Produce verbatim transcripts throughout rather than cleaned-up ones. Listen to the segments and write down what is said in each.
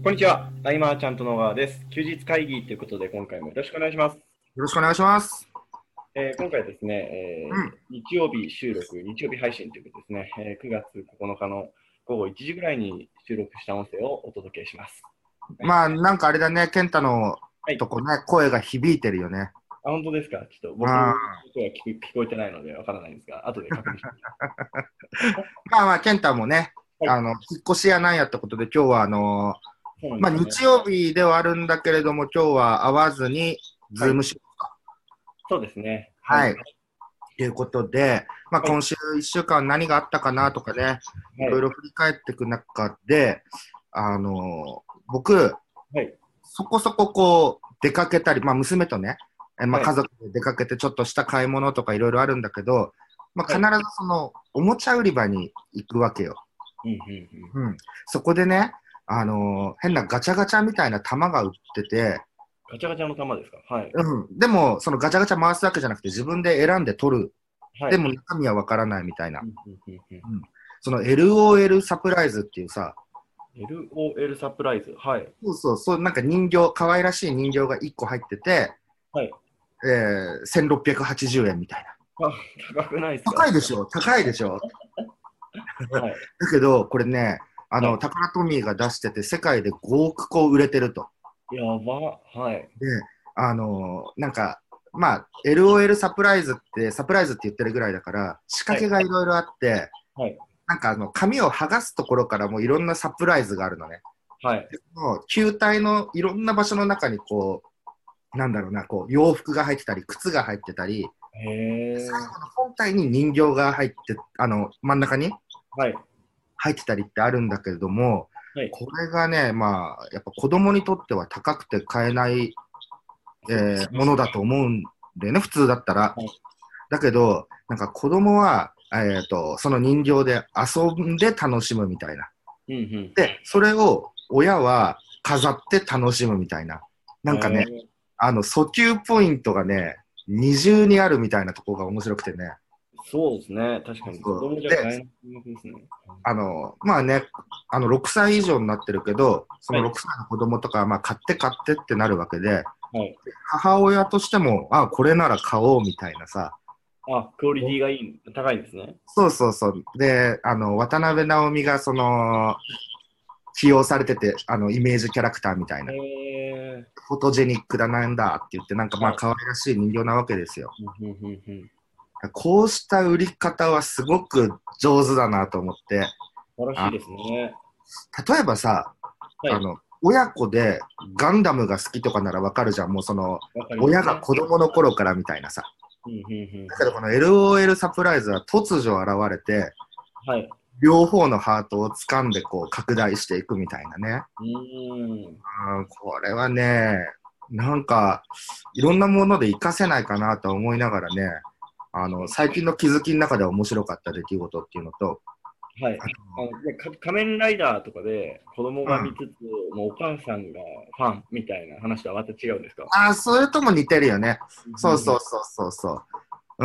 こんにちは。ライマーちゃんと野川です。休日会議ということで、今回もよろしくお願いします。よろしくお願いします。 えー、今回ですね、えーうん。 日曜日収録、日曜日配信ということですね、えー、くがつここのかの午後いちじぐらいに収録した音声をお届けします。はい。 まあ、なんかあれだね、健太のはい。 とこね、声が響いてるよね。 あ、本当ですか。ちょっと僕のあ声は聞く聞こえてないのでわからないんですが、後で確認します。 まあまあ、健太もね、 はい。 あの、引っ越しやなんやってことで、今日はあのまあ、 そうなんですよね。 日曜日ではあるんだけれども、今日は会わずに、 はい。 ズームしようか。 そうですね。はい。 はい。ということで、まあ、 はい。 今週いっしゅうかん何があったかなとかね、いはい。 ろいろ振り返っていく中で、あの僕、 はい。 そこそここう出かけたり、まあ、娘とね、えまあ、 はい。 家族で出かけてちょっとした買い物とかいろいろあるんだけど、まあ、必はい。 ずそのおもちゃ売り場に行くわけよ。 うんうんうん。 うん、そこでね、あのー変なガチャガチャみたいな玉が売ってて、 ガチャガチャの玉ですか。はい。 うん、でもそのガチャガチャ回すわけじゃなくて自分で選んで取る。 はい。 でも中身はわからないみたいな。 うんうんうんうん。 うん、その エルオーエル サプライズっていうさ、 エルオーエル サプライズ。はい。 そうそう、そうなんか人形、可愛らしい人形がいっこ入ってて、 はい。 えー、せんろっぴゃくはちじゅうえんみたいな。 あ、高くないですか。 高いでしょ高いでしょはい。 だけど、これね、あの、 はい。 タカラトミーが出してて、世界でごおく個売れてると。 やば。はい。 で、あのなんか、まあ、エルオーエル サプライズって、サプライズって言ってるぐらいだから、仕掛けはい。 がいろいろあって、 はい。 なんかあの、紙を剥がすところからもいろんなサプライズがあるのね。 はい。 でもう球体のいろんな場所の中にこう、なんだろうな、こう、洋服が入ってたり、靴が入ってたり、 へ最え。 後の本体に人形が入って、あの、真ん中にはい。 入ってたりってあるんだけれども、 はい。 これがね、まあ、やっぱ子供にとっては高くて買えない、えそうですね。 ーものだと思うんだよね、普通だったら。 はい。 だけど、なんか子供は、えーと、その人形で遊んで楽しむみたいな。 うんうんで、それを親は飾って楽しむみたいな。なうん。 んかね、 へえ。 あの、訴求ポイントがね、二重にあるみたいなところが面白くてね。 そうですね。確かに子そう供じゃで、 買えない金額ですね。 あの、まあね、あの、ろくさい以上になってるけど、そのはい。 ろくさいの子供とかは、まあ、買って買ってってなるわけで、 はい。 母親としても、あ、これなら買おうみたいなさ、 あ、クオリティがいい、高いんですね。 そうそうそう。で、あの、渡辺直美がその、起用されてて、あの、イメージキャラクターみたいへな。 え。 フォトジェニックだなんだって言って、なんかまあ、 はい。 可愛らしい人形なわけですよ。 うんうんうんうん。 こうした売り方はすごく上手だなと思って、あ、 素晴らしいですね。 例えばさ、 はい。 あの、親子でガンダムが好きとかならわかるじゃん。もうその、 わかりますね。 親が子供の頃からみたいなさ。 うんうんうんうん。 だけどこの エルオーエル サプライズは突如現れて、 はい。 両方のハートを掴んでこう拡大していくみたいなね。 うーん。 うん、これはね、なんか、いろんなもので活かせないかなと思いながらね、あの、 確かに。 最近の気づきの中では面白かった出来事っていうのと、 はい。あのでか仮面ライダーとかで子供うん。 が見つつ、もうお母さんがファンみたいな話とはまた違うんですか。 ああ、それとも似てるよね。 うんうんうん。 そうそうそうそうそう。うん。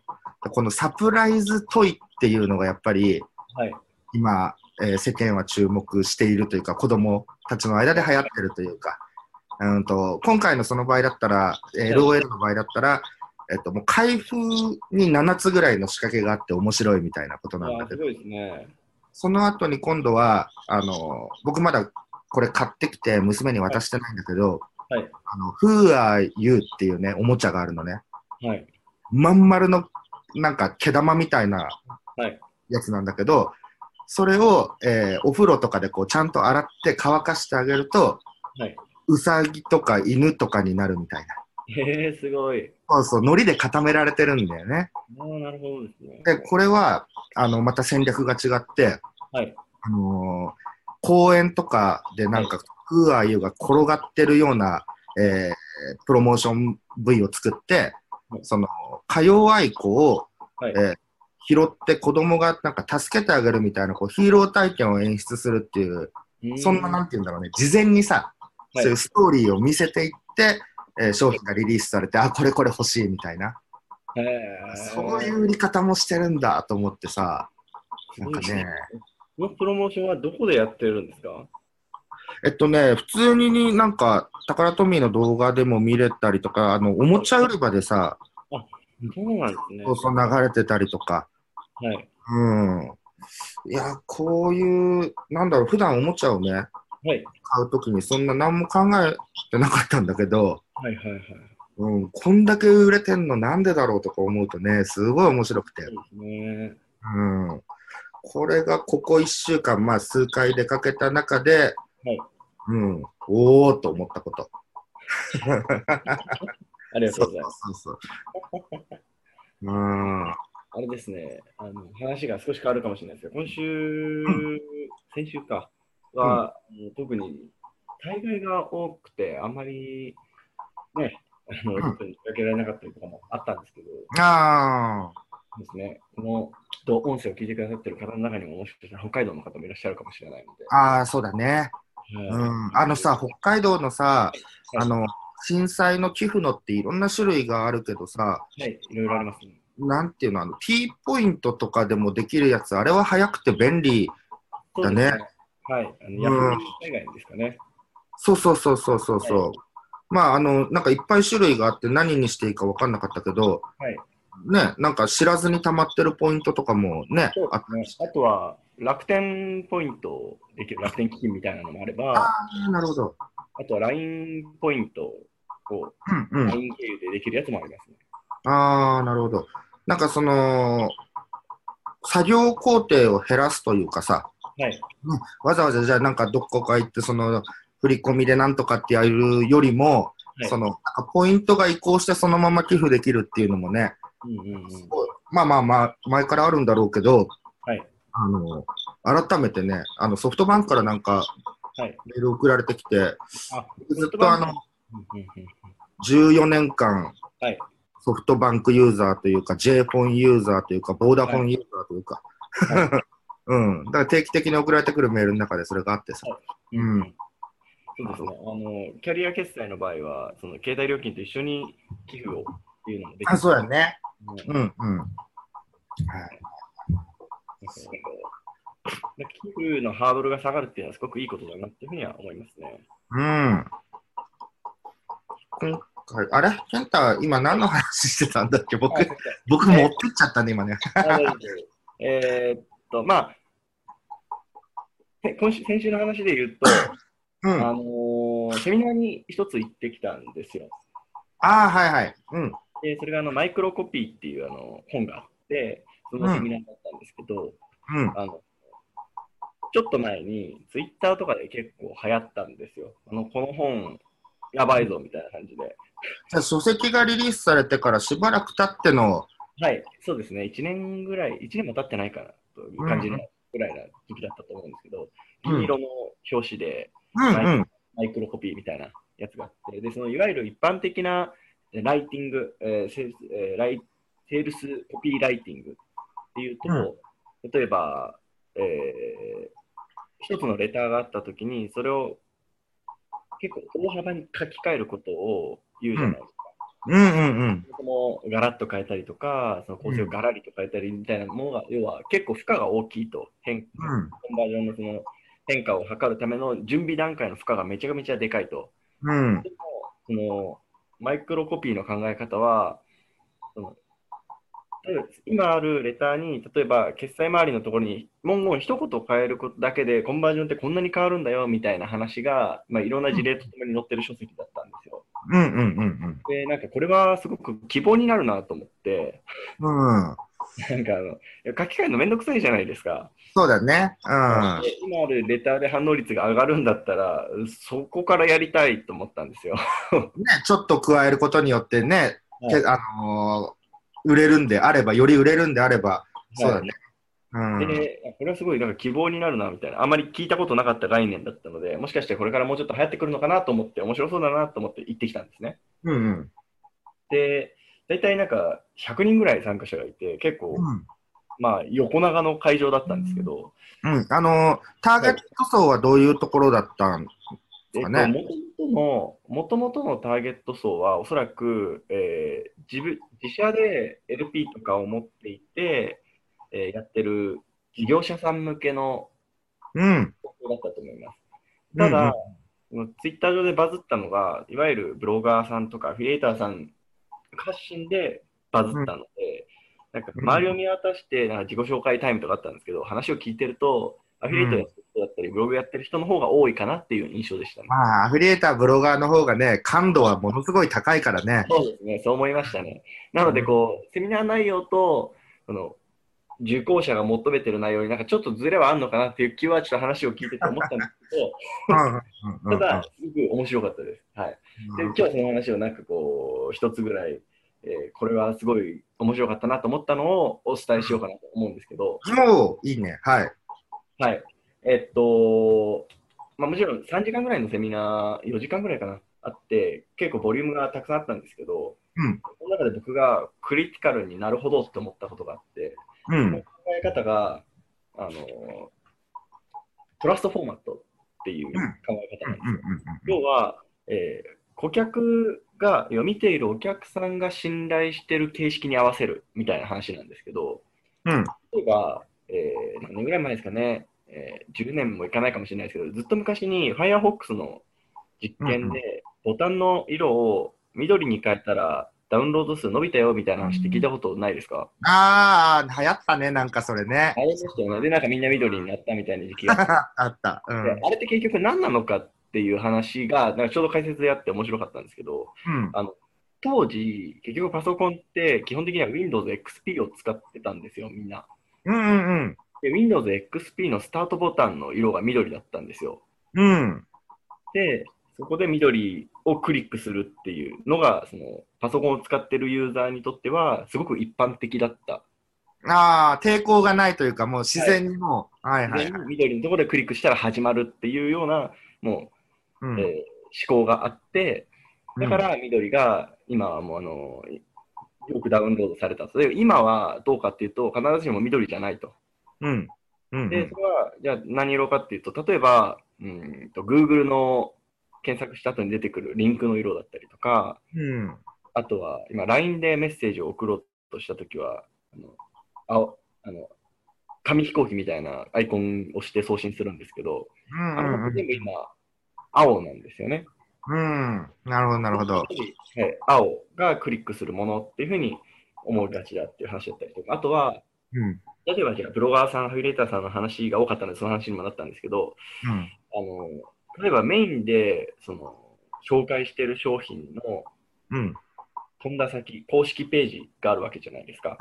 このサプライズトイっていうのがやっぱりはい。 今、えー世間は注目しているというか、子供たちの間で流行ってるというか、うんと、今回のその場合だったら、 はい。 エルオーエル の場合だったら、えっと、もう開封にななつぐらいの仕掛けがあって面白いみたいなこといやー、 なんだけど、 すごいですね。 その後に今度は、あの、僕まだこれ買ってきて娘にはい。 渡してないんだけど、 はい。 あの、Who are you っていうね、おもちゃがあるのね。 はい。 まん丸のなんか毛玉みたいなはい。 やつなんだけど、それを、えーお風呂とかでこうちゃんと洗って乾かしてあげると、 はい。 うさぎとか犬とかになるみたいな。 へえ、すごい。 そうそう、海苔で固められてるんだよね。 ああ、なるほどですね。 で、これは、あの、また戦略が違って、 はい。 あのー公園とかではい。 なんか、フーアーユーが転がってるような、えープロモーション V を作って、 はい。 その、か弱い子を、 はい。 えー拾って子供がなんか助けてあげるみたいなこうヒーロー体験を演出するっていう、 うそんなーん。 なんて言うんだろうね、事前にさ、 はい。 そういうストーリーを見せていって、えー商品がリリースされて、あ、これこれ欲しいみたいな。 へそういうえ、 売り方もしてるんだと思ってさ、 すなんかね、 ごいですね。このプロモーションはどこでやってるんですか。 えっとね、普通になんか、タカラトミーの動画でも見れたりとか、あの、おもちゃ売り場でさ、 あ、そうなんですね。 そうそう流れてたりとか、 はい。 うん。いや、こういう、なんだろう、普段おもちゃをね、 はい。 買うときにそんな何も考えてなかったんだけど、 はいはいはい。 うん、こんだけ売れてんのなんでだろうとか思うとね、すごい面白くて。 そうですね。 うん。これがここいっしゅうかん、まあ数回出かけた中で、 はい。 うん、おーと思ったこと。 ありがとそううございます。 そうそう。うん。うん。 あれですね、あの話が少し変わるかもしれないですが、今週、先週か、 うん。 は、もう特に大会が多くて、あんまりね、あの外に出かけられなかったりとかもあったんですけど、 ああ。 ですね、このきっと音声を聞いてくださっている方の中にも、もしかしたら北海道の方もいらっしゃるかもしれないので、 ああ、そうだね。うはい。 ん。あのさ、北海道のさ、 はい。 あの、震災の寄付のっていろんな種類があるけどさ、 はい。いろいろありますね。 なんていうの、あの、T ポイントとかでもできるやつ、あれは早くて便利だね。 そうですね。はい。あのヤフーうん。 海外ですかね。 そうそうそうそうそうはい。 そう。まあ、あの、なんかいっぱい種類があって何にしていいか分かんなかったけど、 はい。 ね、なんか知らずに溜まってるポイントとかもね、 そうですね。 あったりして。 あとは、楽天ポイントできる、楽天基金みたいなのもあれば、 ああ、なるほど。 あとは ライン ポイントをうんうん。 ライン 経由でできるやつもありますね。 ああ、なるほど。なんかその、作業工程を減らすというかさ、 はい。 ね、わざわざじゃあなんかどこか行ってその振り込みでなんとかってやるよりも、 はい。 そのなんかポイントが移行してそのまま寄付できるっていうのもね、 うんうんうん。 すごいまあまあまあ前からあるんだろうけど、 はい。 あの改めてね、あのソフトバンクからなんかはい。 メール送られてきて、 あ、ソフずっとあのトバンク。うんうんうん。 じゅうよねんかんはい。 ソフトバンクユーザーというか J フォンユーザーというかボーダフはい。 ォンユーザーというか、 はい。 うん、だから定期的に送られてくるメールの中でそれがあってさ、 はい。うんうん、 うん。そうですね。あの、キャリア決済の場合は、その携帯料金と一緒に寄付をっていうのもできあ、 るので、 そうやね。 ね、 うんうん。はい。 だからなんか寄付のハードルが下がるっていうのはすごくいいことだなっていうふうには思いますね。 うん。今回、あれケンタ、今何の話してたんだっけあ、 僕、 すみま僕せん。え持ってっちゃったね、今ね。 ー、あ、大丈夫です。えーっと、まあ、せ今週、先週の話で言うと、 うん。 あのーセミナーに一つ行ってきたんですよ。 ああ、はいはい。うん。 で、それがあのマイクロコピーっていうあの本があって、そのうん。 セミナーだったんですけど、 うん。 あの、ちょっと前にツイッターとかで結構流行ったんですよ。あの、この本やばいぞみたいな感じで。 じゃあ書籍がリリースされてからしばらく経っての、 はい、そうですね。いちねんぐらい、いちねんも経ってないかなといううん、 感じのぐらいな時期だったと思うんですけど、 うん、 銀色の表紙でうん、 マイうん、 マイクロコピーみたいなやつがあって、で、そのいわゆる一般的なライティング、えーセールスえーライセールスコピーライティングっていううん、 と、例えば、えー一つのレターがあったときに、それを結構大幅に書き換えることを言ううん、 じゃないですか。 うん、うん、 そもガラッと変えたりとか、その構成をガラリと変えたりみたいなものが、要は結構負荷が大きいと、変うん、 コンバージョンのその変化を図るための準備段階の負荷がめちゃめちゃでかいと。 うん、 でも、そのマイクロコピーの考え方は、その今あるレターに、例えば決済周りのところに文言を一言変えることだけで、コンバージョンってこんなに変わるんだよみたいな話が、まあ、いろんな事例とともに載ってる書籍だったんですよ。 うん、うん、 で、なんかこれはすごく希望になるなと思って、 うん、うん。 なんかあの書き換えるのめんどくさいじゃないですか。 そうだね。うはい、 ん。 で今あるレターで反応率が上がるんだったら、そこからやりたいと思ったんですよ。 ね、ちょっと加えることによってね、け、 はい。 あのー売れるんであれば、より売れるんであれば、そうだね。 はい。 うん。 で、これはすごいなんか希望になるなみたいな、あまり聞いたことなかった概念だったので、もしかしてこれからもうちょっと流行ってくるのかなと思って、面白そうだなと思って行ってきたんですね。 うん、うん。 で、大体なんかひゃくにんぐらい参加者がいて、結構、 うん。 まあ、横長の会場だったんですけど、 うん。あのーターゲッはい。 ト層はどういうところだったんですえっと、 かね。 もともとの、もともとのターゲット層は、おそらく、えー自分、自社で エルピー とかを持っていて、えーやってる事業者さん向けのうん。 投稿だったと思います。 ただ、 うんうん。 ツイッター上でバズったのが、いわゆるブロガーさんとかアフィリエイターさん発信でバズったので、なんか周りを見渡して、なんか自己紹介タイムとかあったんですけど、話を聞いてると、アフィリエイトやってる人だったり、ブログやってる人の方が多いかなっていう印象でしたね。 まあ、アフィリエイター、ブロガーの方がね、感度はものすごい高いからね。 そうですね、そう思いましたね。なので、 うん。 こう、セミナー内容と、その、受講者が求めてる内容になんかちょっとずれはあるのかなっていう気はちょっと話を聞いてて思ったんですけど、 うんうんうんうんただ、すごく面白かったです。はい。で、今日はその話をなんかこう、一つぐらい、えーこれはすごい面白かったなと思ったのをお伝えしようかなと思うんですけど、 うん。もう、いいね。はい。 はい。えっと、まあ、もちろんさんじかんぐらいのセミナー、よじかんぐらいかな、あって、結構ボリュームがたくさんあったんですけど、 うん。 その中で僕がクリティカルになるほどって思ったことがあって、その考うん。 え方が、あの、トラストフォーマットっていううん。 考え方なんですよ。 うん。うん。 要は、えー顧客が、要は見ているお客さんが信頼している形式に合わせるみたいな話なんですけど、 うん。 例えば、えー何年ぐらい前ですかね、えーじゅうねんもいかないかもしれないですけど、ずっと昔に Firefox の実うん。うん。 験で、ボタンの色を緑に変えたらダウンロード数伸びたよみたいな話って聞いたことないですか？ ああ、流行ったね、なんかそれね。 ありましたよね。で、なんかみんな緑になったみたいな時期があって、 あった。うで、 ん。 あれって結局何なのかっていう話が、なんかちょうど解説であって面白かったんですけど、 うん。 あの、当時、結局パソコンって基本的には Windows エックスピー を使ってたんですよ、みんな。 うんうんうん。 で、Windows エックスピー のスタートボタンの色が緑だったんですよ。 うん。 で、そこで緑をクリックするっていうのが、そのパソコンを使っているユーザーにとっては、すごく一般的だった。 ああ、抵抗がないというか、もう自はい。 然にもう、はいはいはい。 自然に緑のところでクリックしたら始まるっていうような、もう、えーうん。 思考があって、 うん。 だから緑が今はもうあの、よくダウンロードされたと。で、今はどうかっていうと、必ずしも緑じゃないと。 うん。うん。うで、 ん。 それは、じゃあ何色かっていうと、例えば、うんと、Google の検索した後に出てくるリンクの色だったりとか、 うん。 あとは、今、ライン でメッセージを送ろうとしたときは、あの、青、あの、紙飛行機みたいなアイコンを押して送信するんですけど、 うあれもん。うん。 全部今、青なんですよね。 うん。なるほど、なるほど。 はい、青がクリックするものっていうふうに思いがちだっていう話だったりとか、あとは、 うん。 例えばじゃあ、ブロガーさん、アフィリエーターさんの話が多かったので、その話にもなったんですけど、 うん。 あの、例えばメインで、その、紹介している商品のうん。 飛んだ先、公式ページがあるわけじゃないですか。 うん。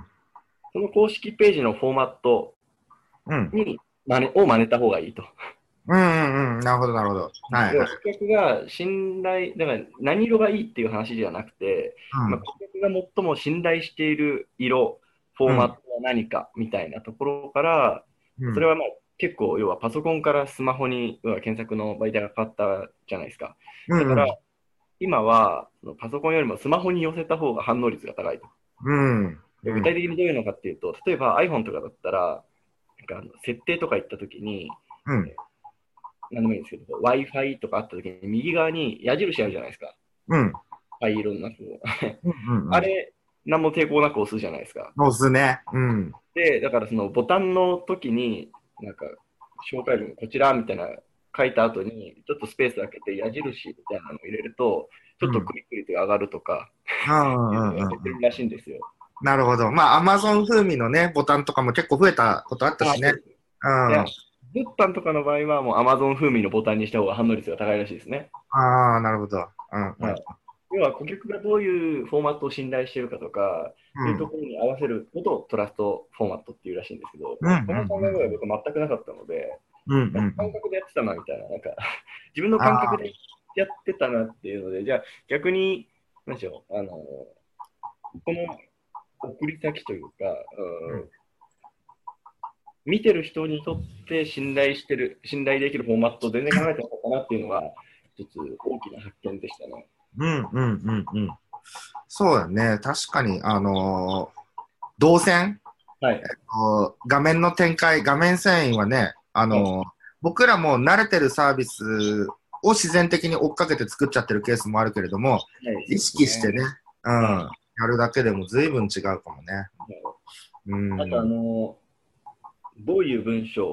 その公式ページのフォーマットうん。 に真似を真似た方がいいと。 うん。うん。なるほど、なるほど。はいはい。 要は顧客が信頼、だから何色がいいっていう話ではなくて、まあ、顧客が最も信頼している色、フォうん。 ーマットは何かみたいなところから、 うん。 それはまあ結構、要はパソコンからスマホに要は検索の媒体が変わったじゃないですか。だからうん。 今はそのパソコンよりもスマホに寄せた方が反応率が高いと。 うん。 で具うん。 体的にどういうのかっていうと、例えば iPhone とかだったら、なんかあの設定とか行ったときに、 うん。 え何でもいいんですけど、Wi-Fi とかあったときに右側に矢印あるじゃないですか。 うん。 灰色になってる。 うん。うん。 あれ、何も抵抗なく押すじゃないですか。 押すね。うん。 で、だからそのボタンの時に、なんか、紹介文、こちらみたいな書いた後に、ちょっとスペース開けて矢印みたいなのを入れると、ちょっとうん。 クリック率が上がるとか、 うん。 いうのうん。 が出てるらしいんですよ。 なるほど。まあ、アマゾン風味のね、ボタンとかも結構増えたことあったあ、 しね。 そうです。 うん。 いや、 あ物販とかの場合は、もう Amazon 風味のボタンにした方が反応率が高いらしいですね。 あ、なるほど。うん。うん。 はい。要は顧客がどういうフォーマットを信頼しているかとか、 うん。 いうところに合わせることをトラストフォーマットっていうらしいんですけど、 うん。うん。 この考え方は僕全くなかったので、 うん。うん。 なんかうん。 感覚でやってたなみたいな、なんか自分の感覚あでやってたなっていうので、じゃあ逆に、何でしょう、あの、この送り先というか、うん、見てる人にとって信頼してる、信頼できるフォーマットを全然考えてなかったなっていうのが、一つ大きな発見でしたね。 うん。うん。うん。うん。そうだね。確かに、あのー動線、 はい。 こう画面の展開、画面遷移はね、あはい。 のー僕らも慣れてるサービスを自然的に追っかけて作っちゃってるケースもあるけれども、 はい、そ意うです識してね、 ね。 うん、 はい。 やるだけでも随分違うかもね。うあと、あん。 の、どういう文章が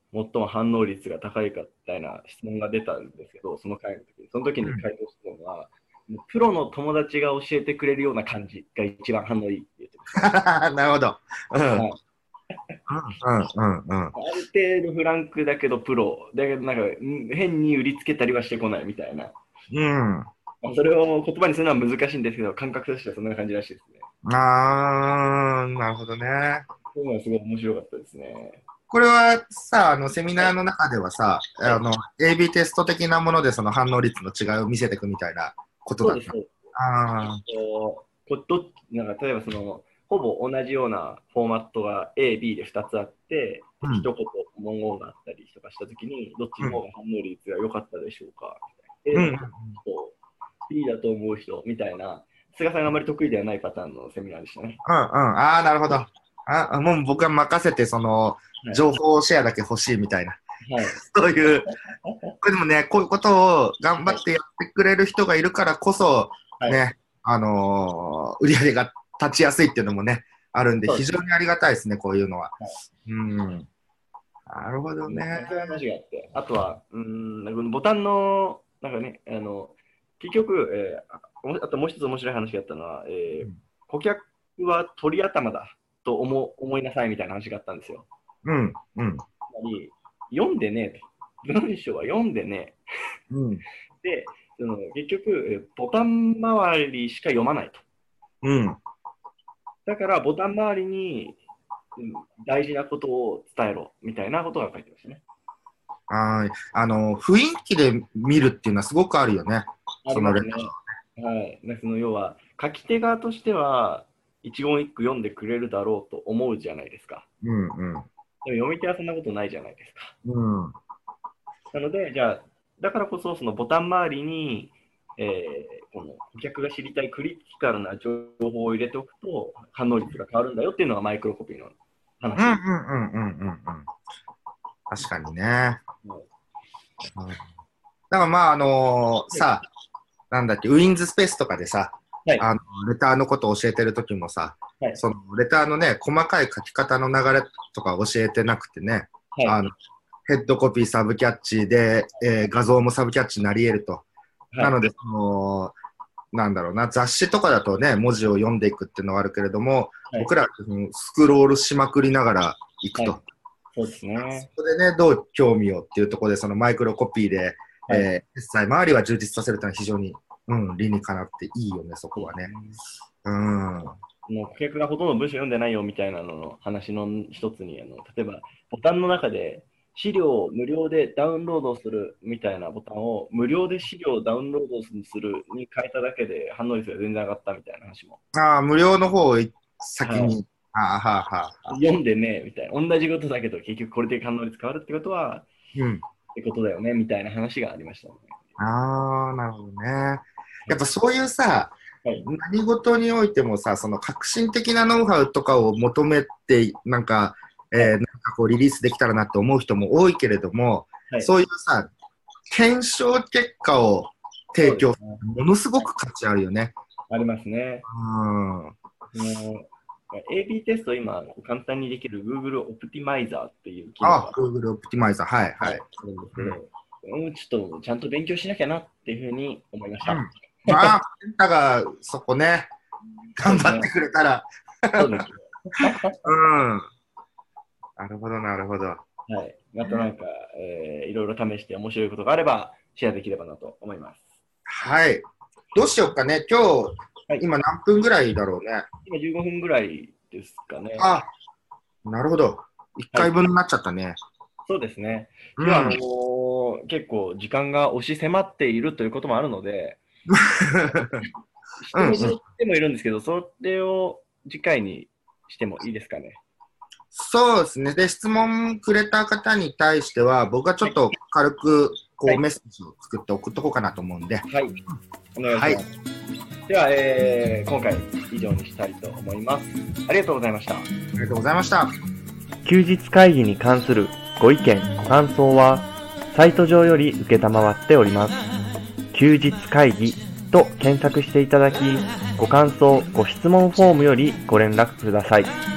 最も反応率が高いかみたいな質問が出たんですけど、その回の時に、その時に回答したのは、うん、もうプロの友達が教えてくれるような感じが一番反応いいって言ってました。 なるほど。うん。はい、うんうんうんうん。ある程度フランクだけどプロ、だけどなんか変に売りつけたりはしてこないみたいな。 うん。 それを言葉にするのは難しいんですけど、感覚としてはそんな感じらしいですね。 あー、なるほどね。 そういうのはすごい面白かったですね。 これはさ、あのセミナーの中ではさ、はい、あの エービー テスト的なものでその反応率の違いを見せていくみたいなことだった。そうです。 あこどなんか例えばそのほぼ同じようなフォーマットが A、B でふたつあって、うん、一言文言があったりとかしたときに、どっちの方が反応率が良かったでしょうかみたいな。うん、A だと思う人、B だと思う人みたいな、菅さんがあまり得意ではないパターンのセミナーでしたね。 うんうん。ああ、なるほど。あもう僕は任せて、その、情報シェアだけ欲しいみたいな。はい、そういう、これでもね、こういうことを頑張ってやってくれる人がいるからこそ、はい、ね、あのー、売り上げが立ちやすいっていうのもね、あるんで、非常にありがたいですね、こういうのは。はい、うん。なるほどね。 そういう話があって、あとは、うん、ボタンの、なんかね、あの、結局、えー、あともう一つ面白い話があったのは、えーうん、顧客は鳥頭だと思思いなさいみたいな話があったんですよ。 うん。うん。 読んでね、文章は読んでね。 うん、 で、その結局、ボタン周りしか読まないと。 うん。 だからボタン周りに大事なことを伝えろみたいなことが書いてましたね。 ああの雰囲気で見るっていうのはすごくあるよね。 そのレター。はい。その要は書き手側としては一言一句読んでくれるだろうと思うじゃないですか。 うんうん。 でも読み手はそんなことないじゃないですか。 うん。 なのでじゃあだからこそそのボタン周りに、えー、この顧客が知りたいクリティカルな情報を入れておくと反応率が変わるんだよっていうのがマイクロコピーの話。 うんうんうんうんうんうん。確かにね。うん、だからまああのー、さ、なんだっけ、ウィンズスペースとかでさ、はい、あのレターのことを教えてるときもさ、はい、そのレターのね、細かい書き方の流れとか教えてなくてね、はい、あのヘッドコピー、サブキャッチで、えー、画像もサブキャッチになり得ると。はい、なので、その、なんだろうな、雑誌とかだとね、文字を読んでいくっていうのはあるけれども、はい、僕らスクロールしまくりながらいくと。はい、 そうですね。 それでね、どう興味をっていうところで、そのマイクロコピーで、はい、えー、決済周りは充実させるというのは非常に、うん、理にかなっていいよね、そこはね。うん。 もう顧客がほとんど文章読んでないよみたいなのの話の一つに、あの例えばボタンの中で資料を無料でダウンロードするみたいなボタンを無料で資料をダウンロードするに変えただけで反応率が全然上がったみたいな話も。 ああ、無料の方を先に。はい、あははは読んでねみたいな。同じことだけど結局これで反応率変わるってことは、 うん、 ってことだよねみたいな話がありましたね。 ああ、なるほどね。やっぱそういうさ、はい、何事においてもさ、その革新的なノウハウとかを求めて、なんか、えー、なんかこうリリースできたらなって思う人も多いけれども、はい、そういうさ、検証結果を提供する、ね、ものすごく価値あるよね。 ありますね。 うん。もうエービー テスト今簡単にできる Google Optimizer っていう機能があ、Google Optimizer、はい、はい。 そうですけど、うん、ちょっとちゃんと勉強しなきゃなっていうふうに思いました。うんまあ、健太がそこね、頑張ってくれたら。 そうですね。 うん。なるほど、なるほど。はい。またなんか、えー、いろいろ試して面白いことがあれば、シェアできればなと思います。 はい。どうしようかね。今日、はい、今何分ぐらいだろうね。 今じゅうごふんぐらいですかね。 あ、なるほど。いっかいぶんになっちゃったね。はい、 そうですね。今日は、うん、あのー、結構時間が押し迫っているということもあるので、人見知ってもいるんですけど、それを次回にしてもいいですかね。 そうですね。で、質問くれた方に対しては、僕はちょっと軽くこう、はい、メッセージを作って送っとこうかなと思うんで。 はい。お願いします。はい、では、えー、今回以上にしたいと思います。ありがとうございました。ありがとうございました。 休日会議に関するご意見、ご感想は、サイト上より受けたまわっております。休日会議と検索していただき、ご感想、ご質問フォームよりご連絡ください。